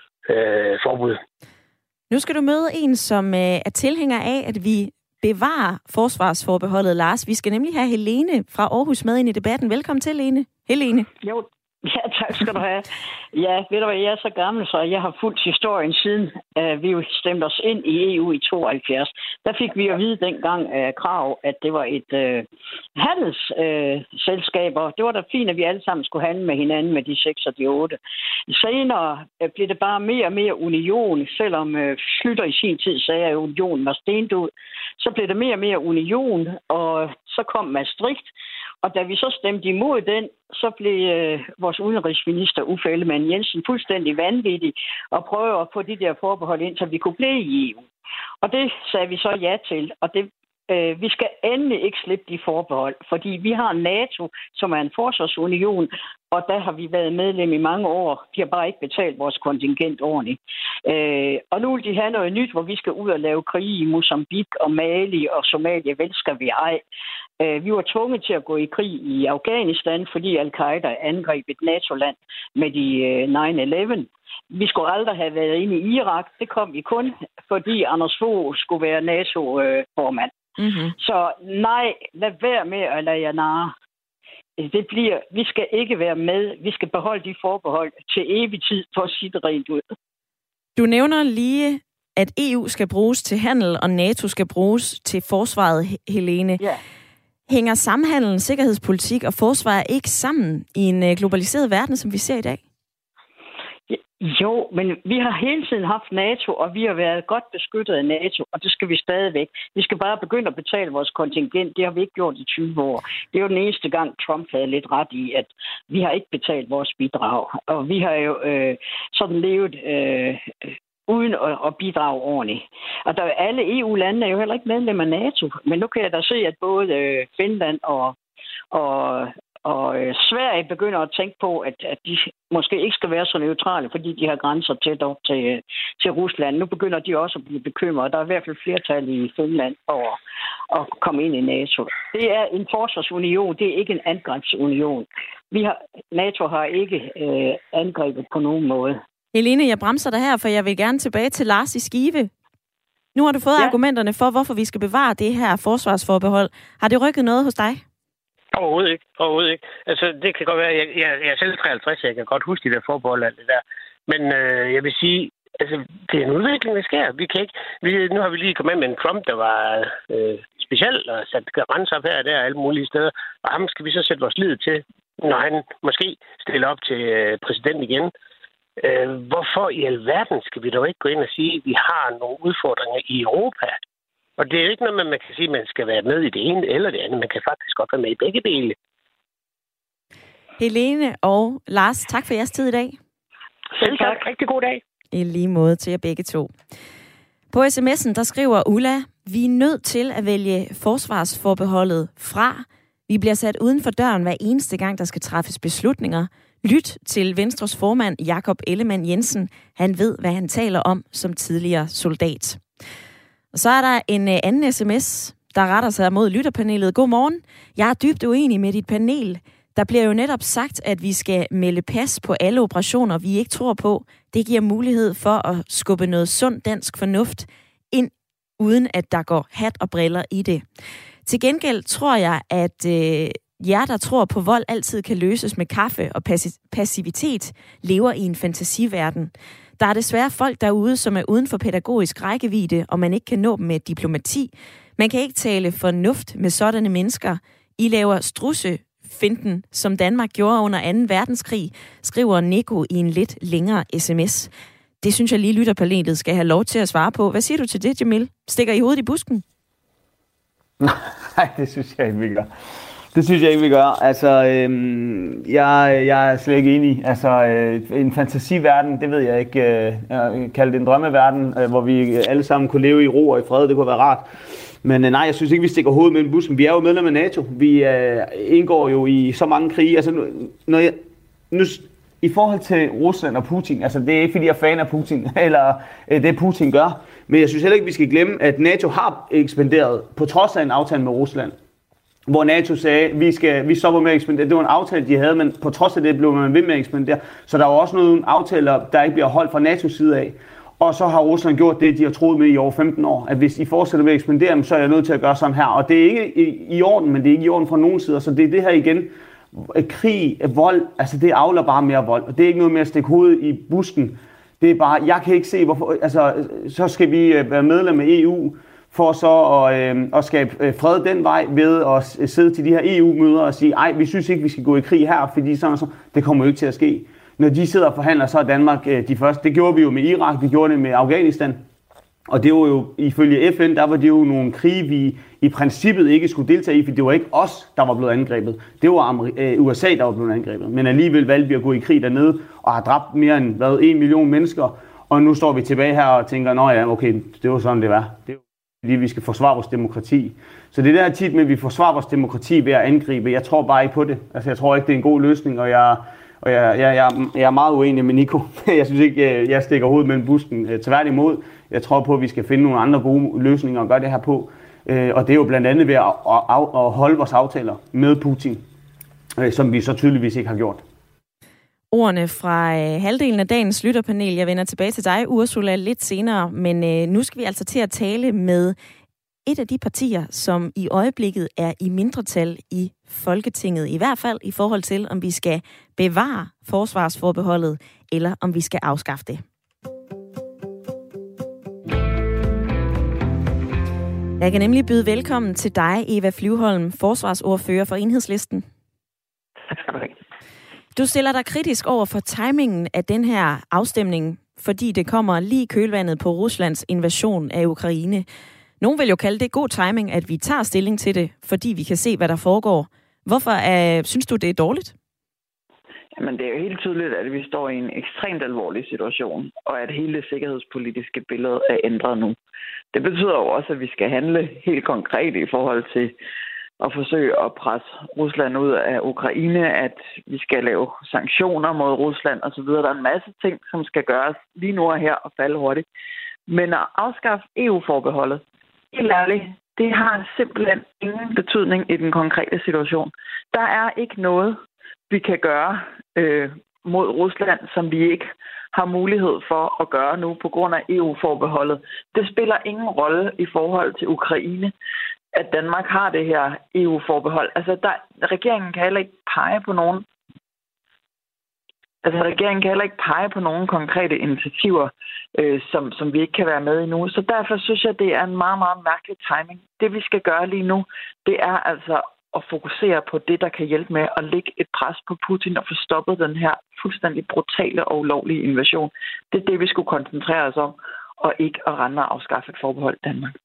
øh, forbud. Nu skal du møde en, som øh, er tilhænger af, at vi bevarer forsvarsforbeholdet, Lars. Vi skal nemlig have Helene fra Aarhus med ind i debatten. Velkommen til, Helene. Helene. Jo, ja, tak skal du have. Ja, ved du hvad, jeg er så gammel, så jeg har fulgt historien siden uh, vi jo stemte os ind i E U i tooghalvfjerds. Der fik vi at vide dengang af uh, Krav, at det var et uh, handelsselskab, uh, og det var da fint, at vi alle sammen skulle handle med hinanden med de seks og de otte. Senere uh, blev det bare mere og mere union, selvom uh, Schlüter i sin tid sagde, at unionen var stendød. Så blev det mere og mere union, og så kom Maastricht. Og da vi så stemte imod den, så blev øh, vores udenrigsminister Uffe Ellemann-Jensen fuldstændig vanvittig og prøvede at få de der forbehold ind, så vi kunne blive i E U. Og det sagde vi så ja til, og det, øh, vi skal endelig ikke slippe de forbehold, fordi vi har NATO, som er en forsvarsunion, og der har vi været medlem i mange år. De har bare ikke betalt vores kontingent ordentligt. Øh, og nu vil de have noget nyt, hvor vi skal ud og lave krig i Mozambique og Mali og Somalia. Vel skal vi ej. Øh, vi var tvunget til at gå i krig i Afghanistan, fordi Al-Qaida angreb et NATO-land med de øh, nine eleven. Vi skulle aldrig have været inde i Irak. Det kom vi kun, fordi Anders Fogh skulle være NATO-formand. Mm-hmm. Så nej, lad være med at lade jer narre. Det bliver, vi skal ikke være med. Vi skal beholde de forbehold til evig tid for at sige det rent ud. Du nævner lige, at E U skal bruges til handel, og NATO skal bruges til forsvaret, Helene. Ja. Hænger samhandel, sikkerhedspolitik og forsvar ikke sammen i en globaliseret verden, som vi ser i dag? Jo, men vi har hele tiden haft NATO, og vi har været godt beskyttet af NATO, og det skal vi stadigvæk. Vi skal bare begynde at betale vores kontingent. Det har vi ikke gjort i tyve år. Det er jo den eneste gang, Trump havde lidt ret i, at vi har ikke betalt vores bidrag. Og vi har jo øh, sådan levet øh, uden at, at bidrage ordentligt. Og der, alle E U-lande er jo heller ikke medlem af NATO, men nu kan jeg da se, at både øh, Finland og, og Og øh, Sverige begynder at tænke på, at, at de måske ikke skal være så neutrale, fordi de har grænser tæt op til, til Rusland. Nu begynder de også at blive bekymrede. Der er i hvert fald flertal i Finland for at komme ind i NATO. Det er en forsvarsunion, det er ikke en angrebsunion. Vi har, NATO har ikke øh, angrebet på nogen måde. Helene, jeg bremser dig her, for jeg vil gerne tilbage til Lars i Skive. Nu har du fået ja. argumenterne for, hvorfor vi skal bevare det her forsvarsforbehold. Har det rykket noget hos dig? Overhovedet ikke. Overhovedet ikke. Altså, det kan godt være, jeg, jeg, jeg er selv treoghalvtreds, jeg kan godt huske de der forbehold og alt det der. Men øh, jeg vil sige, altså, det er en udvikling, der sker. Vi kan ikke, vi, nu har vi lige kommet med en Trump, der var øh, speciel og sat grænser op her og der alle mulige steder. Og ham skal vi så sætte vores lid til, når han måske stiller op til øh, præsident igen. Øh, hvorfor i alverden skal vi dog ikke gå ind og sige, at vi har nogle udfordringer i Europa? Og det er jo ikke noget, man kan sige, at man skal være med i det ene eller det andet. Man kan faktisk godt være med i begge dele. Helene og Lars, tak for jeres tid i dag. Selv tak. Rigtig god dag. I lige måde til jer begge to. På sms'en, der skriver Ulla, vi er nødt til at vælge forsvarsforbeholdet fra. Vi bliver sat uden for døren hver eneste gang, der skal træffes beslutninger. Lyt til Venstres formand Jakob Ellemann-Jensen. Han ved, hvad han taler om som tidligere soldat. Og så er der en anden sms, der retter sig mod lytterpanelet. Godmorgen. Jeg er dybt uenig med dit panel. Der bliver jo netop sagt, at vi skal melde pas på alle operationer, vi ikke tror på. Det giver mulighed for at skubbe noget sund dansk fornuft ind, uden at der går hat og briller i det. Til gengæld tror jeg, at øh, jer, der tror på vold, altid kan løses med kaffe og passi- passivitet, lever i en fantasiverden. Der er desværre folk derude, som er uden for pædagogisk rækkevidde, og man ikke kan nå dem med diplomati. Man kan ikke tale fornuft med sådanne mennesker. I laver strussefinten, som Danmark gjorde under anden verdenskrig, skriver Nico i en lidt længere sms. Det synes jeg lige lytterpanelet skal have lov til at svare på. Hvad siger du til det, Jamil? Stikker I hovedet i busken? Nej, det synes jeg ikke, vi gør. Det synes jeg ikke, vi gør. Altså, øhm, jeg, jeg er slet ikke enig. Altså, øh, en fantasiverden, det ved jeg ikke. Øh, jeg kalder det en drømmeverden, øh, hvor vi alle sammen kunne leve i ro og i fred. Det kunne være rart. Men øh, nej, jeg synes ikke, vi stikker hovedet mellem bussen. Vi er jo medlem af NATO. Vi øh, indgår jo i så mange krige. Altså, når jeg, nu, i forhold til Rusland og Putin, altså det er ikke fordi jeg er fan af Putin, eller øh, det Putin gør, men jeg synes heller ikke, vi skal glemme, at NATO har ekspanderet på trods af en aftale med Rusland, hvor NATO sagde, vi skal vi stopper med at ekspandere. Det var en aftale, de havde, men på trods af det blev man ved med at ekspandere. Så der var også nogle aftaler, der ikke bliver holdt fra NATO's side af. Og så har Rusland gjort det, de har troet med i over femten år. At hvis I fortsætter med at ekspandere, så er jeg nødt til at gøre sådan her. Og det er ikke i, i orden, men det er ikke i orden fra nogen sider. Så det er det her igen. Krig, vold, altså det avler bare mere vold. Og det er ikke noget med at stikke hovedet i busken. Det er bare, jeg kan ikke se, hvorfor, altså så skal vi være medlem af E U, for så at, øh, at skabe fred den vej ved at sidde til de her E U-møder og sige, ej, vi synes ikke, vi skal gå i krig her, fordi sådan og sådan. Det kommer jo ikke til at ske. Når de sidder og forhandler, så er Danmark øh, de første. Det gjorde vi jo med Irak, vi gjorde det med Afghanistan. Og det var jo, ifølge F N, der var det jo nogle krige, vi i princippet ikke skulle deltage i, for det var ikke os, der var blevet angrebet. Det var Ameri- øh, U S A, der var blevet angrebet. Men alligevel valgte vi at gå i krig dernede og har dræbt mere end hvad, en million mennesker. Og nu står vi tilbage her og tænker, nå ja, okay, det var sådan, det var. Det var fordi vi skal forsvare vores demokrati. Så det der tit med, at vi forsvarer vores demokrati ved at angribe, jeg tror bare ikke på det. Altså jeg tror ikke, det er en god løsning, og jeg, og jeg, jeg, jeg, jeg er meget uenig med Nico. Jeg synes ikke, jeg stikker hovedet mellem busken. Tværtimod, jeg tror på, at vi skal finde nogle andre gode løsninger og gøre det her på. Og det er jo blandt andet ved at, at, at holde vores aftaler med Putin, som vi så tydeligvis ikke har gjort. Ordene fra øh, halvdelen af dagens lytterpanel. Jeg vender tilbage til dig, Ursula, lidt senere. Men øh, nu skal vi altså til at tale med et af de partier, som i øjeblikket er i mindretal i Folketinget. I hvert fald i forhold til, om vi skal bevare forsvarsforbeholdet, eller om vi skal afskaffe det. Jeg kan nemlig byde velkommen til dig, Eva Flyvholm, forsvarsordfører for Enhedslisten. Tak skal du have. Du stiller dig kritisk over for timingen af den her afstemning, fordi det kommer lige i kølvandet på Ruslands invasion af Ukraine. Nogle vil jo kalde det god timing, at vi tager stilling til det, fordi vi kan se, hvad der foregår. Hvorfor er, synes du, det er dårligt? Jamen, det er jo helt tydeligt, at vi står i en ekstremt alvorlig situation, og at hele det sikkerhedspolitiske billede er ændret nu. Det betyder jo også, at vi skal handle helt konkret i forhold til at forsøge at presse Rusland ud af Ukraine, at vi skal lave sanktioner mod Rusland osv. Der er en masse ting, som skal gøres lige nu og her og falde hurtigt. Men at afskaffe E U-forbeholdet, helt ærligt, det har simpelthen ingen betydning i den konkrete situation. Der er ikke noget, vi kan gøre øh, mod Rusland, som vi ikke har mulighed for at gøre nu på grund af E U-forbeholdet. Det spiller ingen rolle i forhold til Ukraine, at Danmark har det her E U-forbehold. Altså, der, regeringen kan heller ikke pege på nogen Altså, regeringen kan heller ikke pege på nogen konkrete initiativer, øh, som, som vi ikke kan være med i nu. Så derfor synes jeg, det er en meget, meget mærkelig timing. Det, vi skal gøre lige nu, det er altså at fokusere på det, der kan hjælpe med at lægge et pres på Putin og få stoppet den her fuldstændig brutale og ulovlige invasion. Det er det, vi skulle koncentrere os om, og ikke at rende og afskaffe et forbehold i Danmark.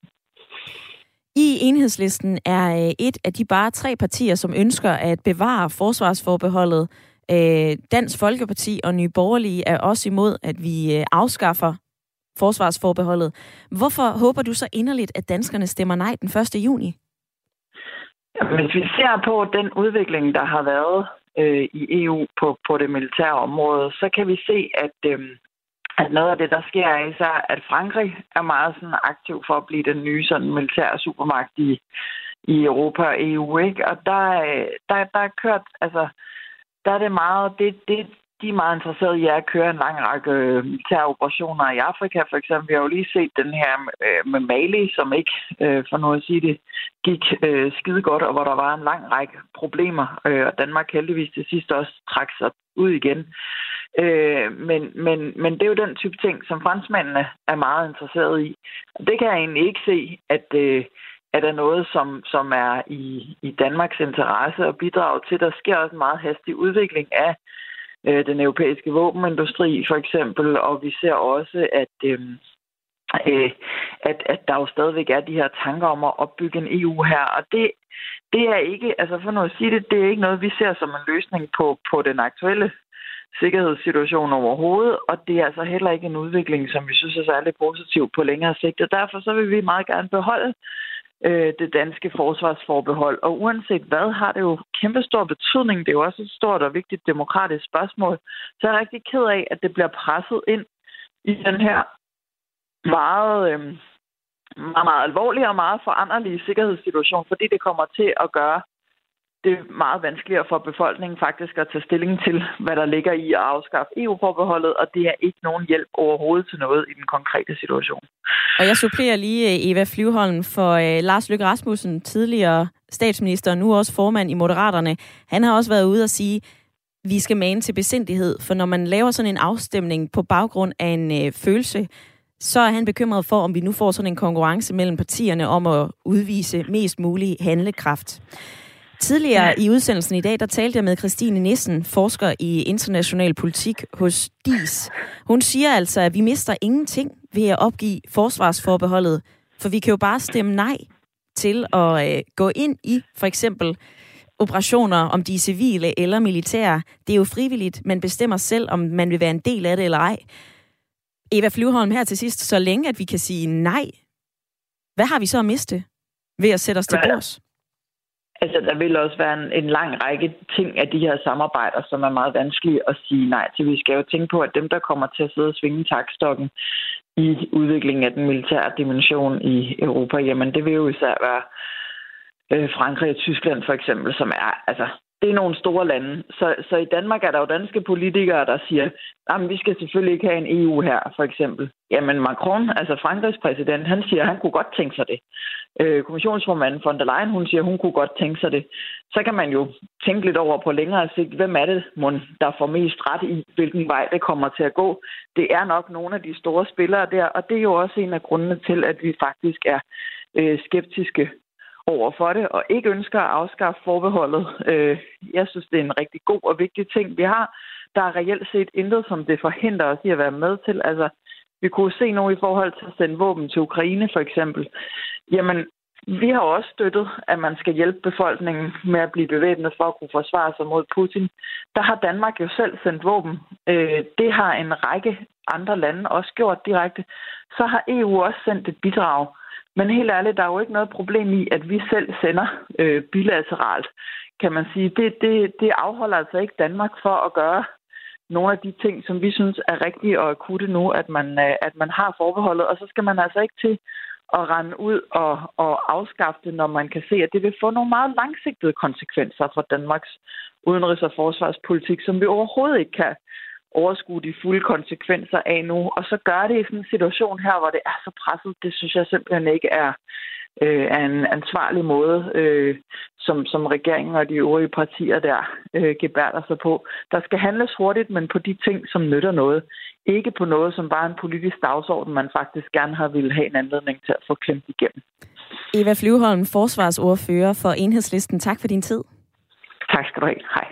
I Enhedslisten er et af de bare tre partier, som ønsker at bevare forsvarsforbeholdet. Dansk Folkeparti og Nye Borgerlige er også imod, at vi afskaffer forsvarsforbeholdet. Hvorfor håber du så inderligt, at danskerne stemmer nej den første juni? Hvis vi ser på den udvikling, der har været øh, i E U på, på det militære område, så kan vi se, at, øh, at noget af det, der sker, er især, at Frankrig er meget sådan aktiv for at blive den nye sådan, militære supermagt i, i Europa og E U, ikke? Og der, der, der er kørt, altså, der er det meget, det, det, de er meget interesserede i at køre en lang række militære operationer i Afrika, for eksempel. Vi har jo lige set den her med Mali, som ikke, for nu at sige det, gik skide godt, og hvor der var en lang række problemer, og Danmark heldigvis til sidst også trak sig ud igen. Men, men, men det er jo den type ting, som franskmændene er meget interesserede i. Det kan jeg egentlig ikke se, at er der noget, som, som er i, i Danmarks interesse og bidrage til. Der sker også en meget hastig udvikling af øh, den europæiske våbenindustri, for eksempel, og vi ser også, at, øh, at, at der jo stadigvæk er de her tanker om at opbygge en E U her, og det, det er ikke, altså for noget at sige det, det er ikke noget, vi ser som en løsning på, på den aktuelle sikkerhedssituation overhovedet, og det er altså heller ikke en udvikling, som vi synes er særlig positiv på længere sigt, og derfor så vil vi meget gerne beholde øh, det danske forsvarsforbehold. Og uanset hvad, har det jo kæmpe stor betydning. Det er jo også et stort og vigtigt demokratisk spørgsmål. Så jeg er rigtig ked af, at det bliver presset ind i den her meget, øh, meget, meget alvorlige og meget foranderlige sikkerhedssituation, fordi det kommer til at gøre det er meget vanskeligere for befolkningen faktisk at tage stilling til, hvad der ligger i at afskaffe E U-forbeholdet, og det er ikke nogen hjælp overhovedet til noget i den konkrete situation. Og jeg supplerer lige Eva Flyvholm, for uh, Lars Løkke Rasmussen, tidligere statsminister, nu også formand i Moderaterne, han har også været ude og sige, vi skal mane til besindighed, for når man laver sådan en afstemning på baggrund af en uh, følelse, så er han bekymret for, om vi nu får sådan en konkurrence mellem partierne om at udvise mest mulig handlekraft. Tidligere i udsendelsen i dag, der talte jeg med Christine Nissen, forsker i international politik hos D I S. Hun siger altså, at vi mister ingenting ved at opgive forsvarsforbeholdet, for vi kan jo bare stemme nej til at øh, gå ind i for eksempel operationer, om de er civile eller militære. Det er jo frivilligt, man bestemmer selv, om man vil være en del af det eller ej. Eva Flyvholm, her til sidst, så længe at vi kan sige nej, hvad har vi så at miste ved at sætte os til bords? Altså, der vil også være en, en lang række ting af de her samarbejder, som er meget vanskelige at sige nej til. Vi skal jo tænke på, at dem, der kommer til at sidde og svinge taktstokken i udviklingen af den militære dimension i Europa, jamen det vil jo især være øh, Frankrig og Tyskland for eksempel, som er, altså, det er nogle store lande. Så, så i Danmark er der jo danske politikere, der siger, at vi skal selvfølgelig ikke have en E U her, for eksempel. Jamen Macron, altså Frankrigs præsident, han siger, at han kunne godt tænke sig det. Øh, kommissionsformanden von der Leyen, hun siger, at hun kunne godt tænke sig det. Så kan man jo tænke lidt over på længere sigt, hvem er det, der får mest ret i, hvilken vej det kommer til at gå. Det er nok nogle af de store spillere der, og det er jo også en af grundene til, at vi faktisk er øh, skeptiske over for det, og ikke ønsker at afskaffe forbeholdet. Øh, jeg synes, det er en rigtig god og vigtig ting, vi har. Der er reelt set intet, som det forhindrer os i at være med til. Altså, vi kunne se nu i forhold til at sende våben til Ukraine, for eksempel. Jamen, vi har også støttet, at man skal hjælpe befolkningen med at blive bevæbnet for at kunne forsvare sig mod Putin. Der har Danmark jo selv sendt våben. Øh, det har en række andre lande også gjort direkte. Så har E U også sendt et bidrag. Men helt ærligt, der er jo ikke noget problem i, at vi selv sender øh, bilateralt, kan man sige. Det, det, det afholder altså ikke Danmark for at gøre nogle af de ting, som vi synes er rigtige og akutte nu, at man, at man har forbeholdet. Og så skal man altså ikke til at rende ud og, og afskaffe det, når man kan se, at det vil få nogle meget langsigtede konsekvenser for Danmarks udenrigs- og forsvarspolitik, som vi overhovedet ikke kan overskue de fulde konsekvenser af nu. Og så gør det i sådan en situation her, hvor det er så presset. Det synes jeg simpelthen ikke er, øh, er en ansvarlig måde, øh, som, som regeringen og de øvrige partier der øh, gebærder sig på. Der skal handles hurtigt, men på de ting, som nytter noget. Ikke på noget, som bare er en politisk dagsorden, man faktisk gerne har ville have en anledning til at få klemt igennem. Eva Flyvholm, forsvarsordfører for Enhedslisten. Tak for din tid. Tak skal du have. Hej.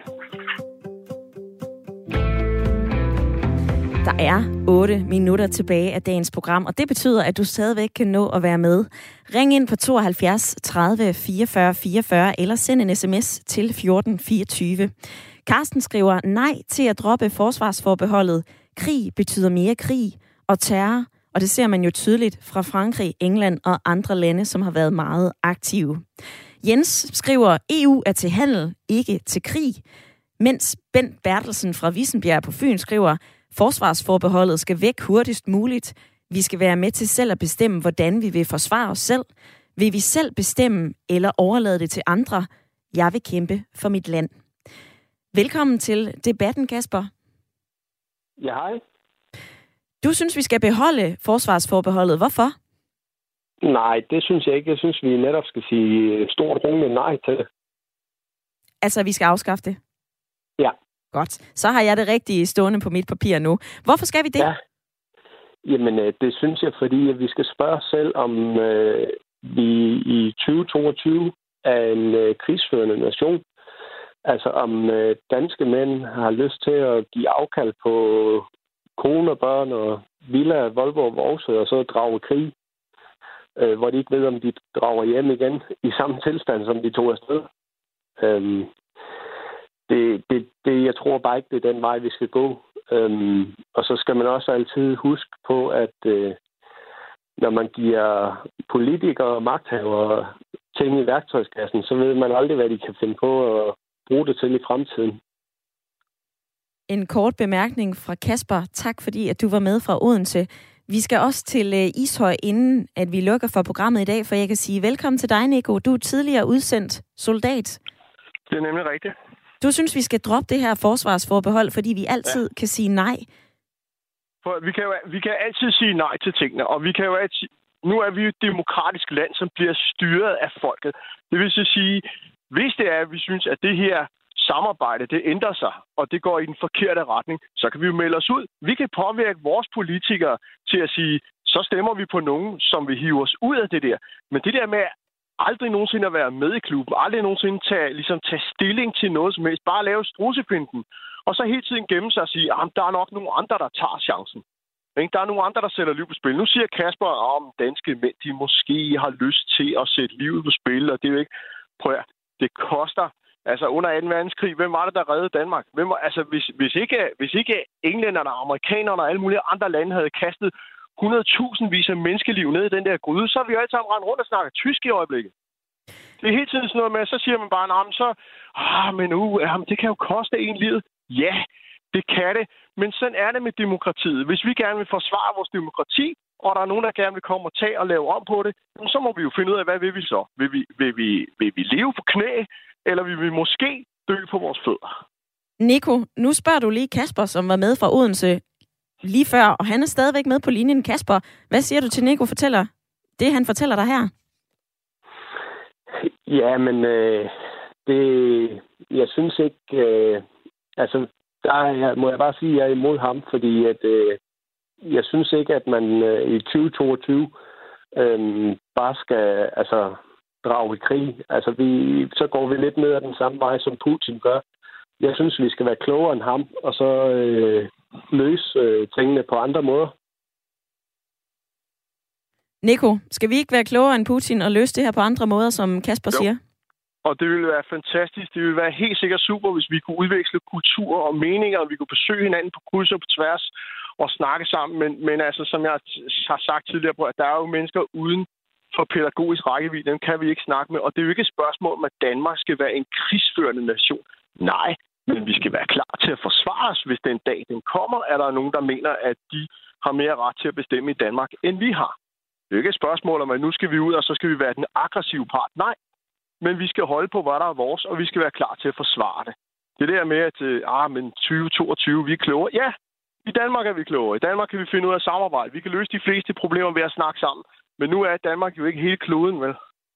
Der er otte minutter tilbage af dagens program, og det betyder, at du stadigvæk kan nå at være med. Ring ind på tooghalvfjerds tredive fireogfyrre fireogfyrre eller send en sms til fjorten fireogtyve. Karsten skriver nej til at droppe forsvarsforbeholdet. Krig betyder mere krig og terror, og det ser man jo tydeligt fra Frankrig, England og andre lande, som har været meget aktive. Jens skriver, E U er til handel, ikke til krig. Mens Bent Bertelsen fra Vissenbjerg på Fyn skriver, forsvarsforbeholdet skal væk hurtigst muligt. Vi skal være med til selv at bestemme, hvordan vi vil forsvare os selv. Vil vi selv bestemme eller overlade det til andre? Jeg vil kæmpe for mit land. Velkommen til debatten, Kasper. Ja, hej. Du synes, vi skal beholde forsvarsforbeholdet. Hvorfor? Nej, det synes jeg ikke. Jeg synes, vi netop skal sige stort rungende nej til det. Altså, vi skal afskaffe det? Ja. Godt. Så har jeg det rigtige stående på mit papir nu. Hvorfor skal vi det? Ja. Jamen, det synes jeg, fordi vi skal spørge os selv, om øh, vi i tyve toogtyve er en øh, krigsførende nation. Altså, om øh, danske mænd har lyst til at give afkald på kone, børn og villa, Volvo og Vorse, og så drage krig, øh, hvor de ikke ved, om de drager hjem igen i samme tilstand, som de tog afsted. Øhm, det, det, det, jeg tror bare ikke, det er den vej, vi skal gå. Øhm, og så skal man også altid huske på, at øh, når man giver politikere og magthavere ting i værktøjskassen, så ved man aldrig, hvad de kan finde på at bruge det til i fremtiden. En kort bemærkning fra Kasper. Tak fordi, at du var med fra Odense. Vi skal også til Ishøj, inden at vi lukker for programmet i dag, for jeg kan sige velkommen til dig, Nico. Du er tidligere udsendt soldat. Det er nemlig rigtigt. Du synes, vi skal droppe det her forsvarsforbehold, fordi vi altid ja. kan sige nej? For vi kan, jo, vi kan altid sige nej til tingene, og vi kan jo altid... Nu er vi jo et demokratisk land, som bliver styret af folket. Det vil så sige, hvis det er, at vi synes, at det her samarbejde, det ændrer sig, og det går i den forkerte retning, så kan vi jo melde os ud. Vi kan påvirke vores politikere til at sige, så stemmer vi på nogen, som vil hive os ud af det der. Men det der med aldrig nogensinde at være med i klubben, aldrig nogensinde tage, ligesom, tage stilling til noget som helst, bare lave strudsefinden, og så hele tiden gemme sig og sige, at der er nok nogle andre, der tager chancen. Der er nogle andre, der sætter liv på spil. Nu siger Kasper, om danske mænd, de måske har lyst til at sætte livet på spil, og det er jo ikke... Prøv at, det koster... Altså under anden verdenskrig, hvem var det, der reddede Danmark? Hvem var, altså hvis, hvis, ikke, hvis ikke englænderne, amerikanerne og alle mulige andre lande havde kastet hundredtusindvis af menneskeliv ned i den der gryde, så har vi jo alle sammen rendt rundt og snakket tysk i øjeblikket. Det er hele tiden sådan noget med, så siger man bare, nah, så... Ah, men uh, jamen, det kan jo koste en livet. Ja, det kan det. Men sådan er det med demokratiet. Hvis vi gerne vil forsvare vores demokrati, og der er nogen, der gerne vil komme og tage og lave om på det, så må vi jo finde ud af, hvad vil vi så? Vil vi, vil vi, vil vi leve på knæ, eller vil vi måske dø på vores fødder? Nico, nu spørger du lige Kasper, som var med fra Odense lige før, og han er stadigvæk med på linjen. Kasper, hvad siger du til Nico fortæller? Det, han fortæller dig her? Ja, men øh, det... Jeg synes ikke... Øh, altså... Der må jeg bare sige, at jeg er imod ham, fordi at, øh, jeg synes ikke, at man øh, i tyve toogtyve øh, bare skal altså, drage i krig. Altså, vi, så går vi lidt ned ad den samme vej, som Putin gør. Jeg synes, vi skal være klogere end ham, og så øh, løse øh, tingene på andre måder. Nico, skal vi ikke være klogere end Putin og løse det her på andre måder, som Kasper jo. siger? Og det ville være fantastisk. Det ville være helt sikkert super, hvis vi kunne udveksle kultur og meninger, og vi kunne besøge hinanden på kryds og på tværs og snakke sammen. Men, men altså, som jeg har sagt tidligere på, at der er jo mennesker uden for pædagogisk rækkevidde. Dem kan vi ikke snakke med. Og det er jo ikke et spørgsmål om, at Danmark skal være en krigsførende nation. Nej, men vi skal være klar til at forsvare os, hvis den dag den kommer. Er der nogen, der mener, at de har mere ret til at bestemme i Danmark, end vi har? Det er jo ikke et spørgsmål om, at nu skal vi ud, og så skal vi være den aggressive part. Nej. Men vi skal holde på, hvad der er vores, og vi skal være klar til at forsvare det. Det der med, at ah, men tyve toogtyve, vi er klogere. Ja, i Danmark er vi klogere. I Danmark kan vi finde ud af at samarbejde. Vi kan løse de fleste problemer ved at snakke sammen. Men nu er Danmark jo ikke hele kloden, vel?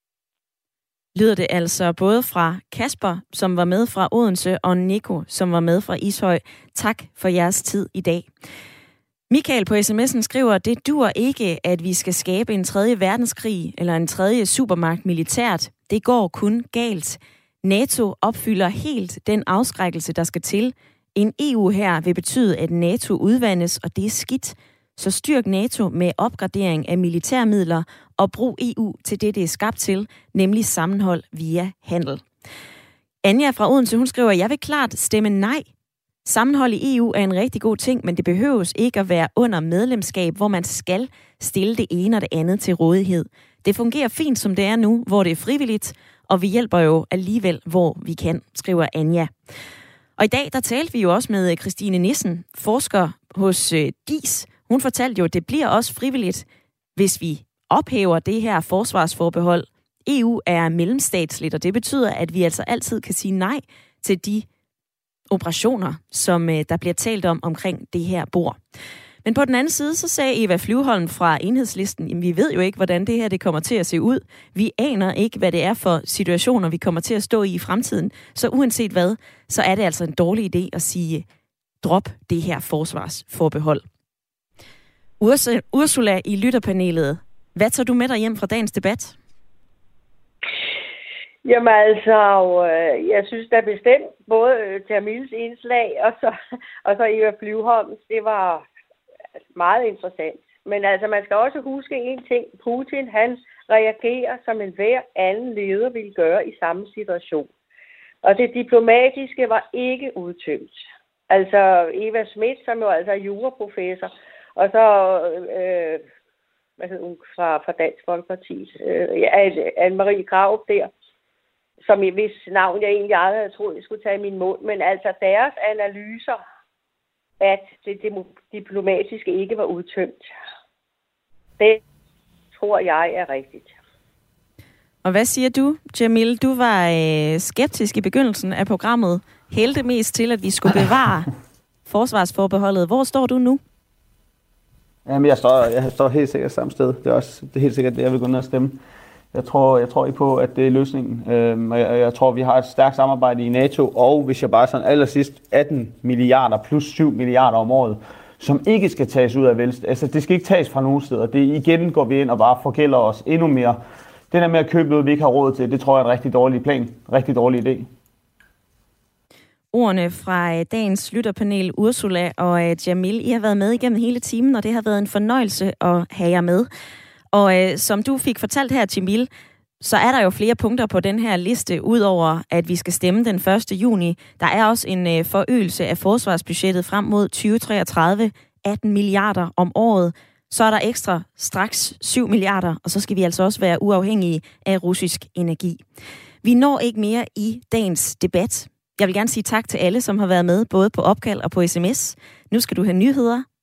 Lyder det altså både fra Kasper, som var med fra Odense, og Nico, som var med fra Ishøj. Tak for jeres tid i dag. Michael på sms'en skriver, det dur ikke, at vi skal skabe en tredje verdenskrig eller en tredje supermagt militært. Det går kun galt. NATO opfylder helt den afskrækkelse, der skal til. En E U her vil betyde, at NATO udvandes, og det er skidt. Så styrk NATO med opgradering af militærmidler og brug E U til det, det er skabt til, nemlig sammenhold via handel. Anja fra Odense, hun skriver, jeg vil klart stemme nej. Sammenhold i E U er en rigtig god ting, men det behøves ikke at være under medlemskab, hvor man skal stille det ene og det andet til rådighed. Det fungerer fint, som det er nu, hvor det er frivilligt, og vi hjælper jo alligevel, hvor vi kan, skriver Anja. Og i dag, der talte vi jo også med Christine Nissen, forsker hos D I S. Hun fortalte jo, at det bliver også frivilligt, hvis vi ophæver det her forsvarsforbehold. E U er mellemstatsligt, og det betyder, at vi altså altid kan sige nej til de operationer, som der bliver talt om omkring det her bord. Men på den anden side, så sagde Eva Flyvholm fra Enhedslisten, jamen, vi ved jo ikke, hvordan det her det kommer til at se ud. Vi aner ikke, hvad det er for situationer, vi kommer til at stå i i fremtiden. Så uanset hvad, så er det altså en dårlig idé at sige, drop det her forsvarsforbehold. Ursula i lytterpanelet, hvad tager du med dig hjem fra dagens debat? Jamen altså, jeg synes da bestemt, både Tamils indslag og så, og så Eva Flyvholms, det var meget interessant. Men altså, man skal også huske en ting. Putin, han reagerer, som en hver anden leder ville gøre i samme situation. Og det diplomatiske var ikke udtømt. Altså, Eva Schmidt, som jo altså er juraprofessor, og så øh, hvad hedder hun, fra, fra Dansk Folkeparti, øh, Anne-Marie Krarup der, som i hvis navn jeg egentlig aldrig havde troet, jeg skulle tage i min mund, men altså deres analyser, at det diplomatiske ikke var udtømt, det tror jeg er rigtigt. Og hvad siger du, Jamil? Du var øh, skeptisk i begyndelsen af programmet. Hældte mest til, at vi skulle bevare forsvarsforbeholdet. Hvor står du nu? Jamen, jeg står, jeg står helt sikkert samme sted. Det er også det er helt sikkert det, jeg vil gå ned og stemme. Jeg tror, jeg tror ikke på, at det er løsningen. Øhm, og jeg, jeg tror, vi har et stærkt samarbejde i NATO, og hvis jeg bare sådan allersidst atten milliarder plus syv milliarder om året, som ikke skal tages ud af velstand. Altså, det skal ikke tages fra nogen steder. Det igen går vi ind og bare forgælder os endnu mere. Det der med at købe noget, vi ikke har råd til, det tror jeg er en rigtig dårlig plan. En rigtig dårlig idé. Ordene fra dagens lytterpanel, Ursula og Jamil, I har været med igennem hele timen, og det har været en fornøjelse at have jer med. Og øh, som du fik fortalt her, Jamil, så er der jo flere punkter på den her liste, udover at vi skal stemme den første juni. Der er også en øh, forøgelse af forsvarsbudgettet frem mod tyve treogtredive, atten milliarder om året. Så er der ekstra straks syv milliarder, og så skal vi altså også være uafhængige af russisk energi. Vi når ikke mere i dagens debat. Jeg vil gerne sige tak til alle, som har været med, både på opkald og på sms. Nu skal du have nyheder.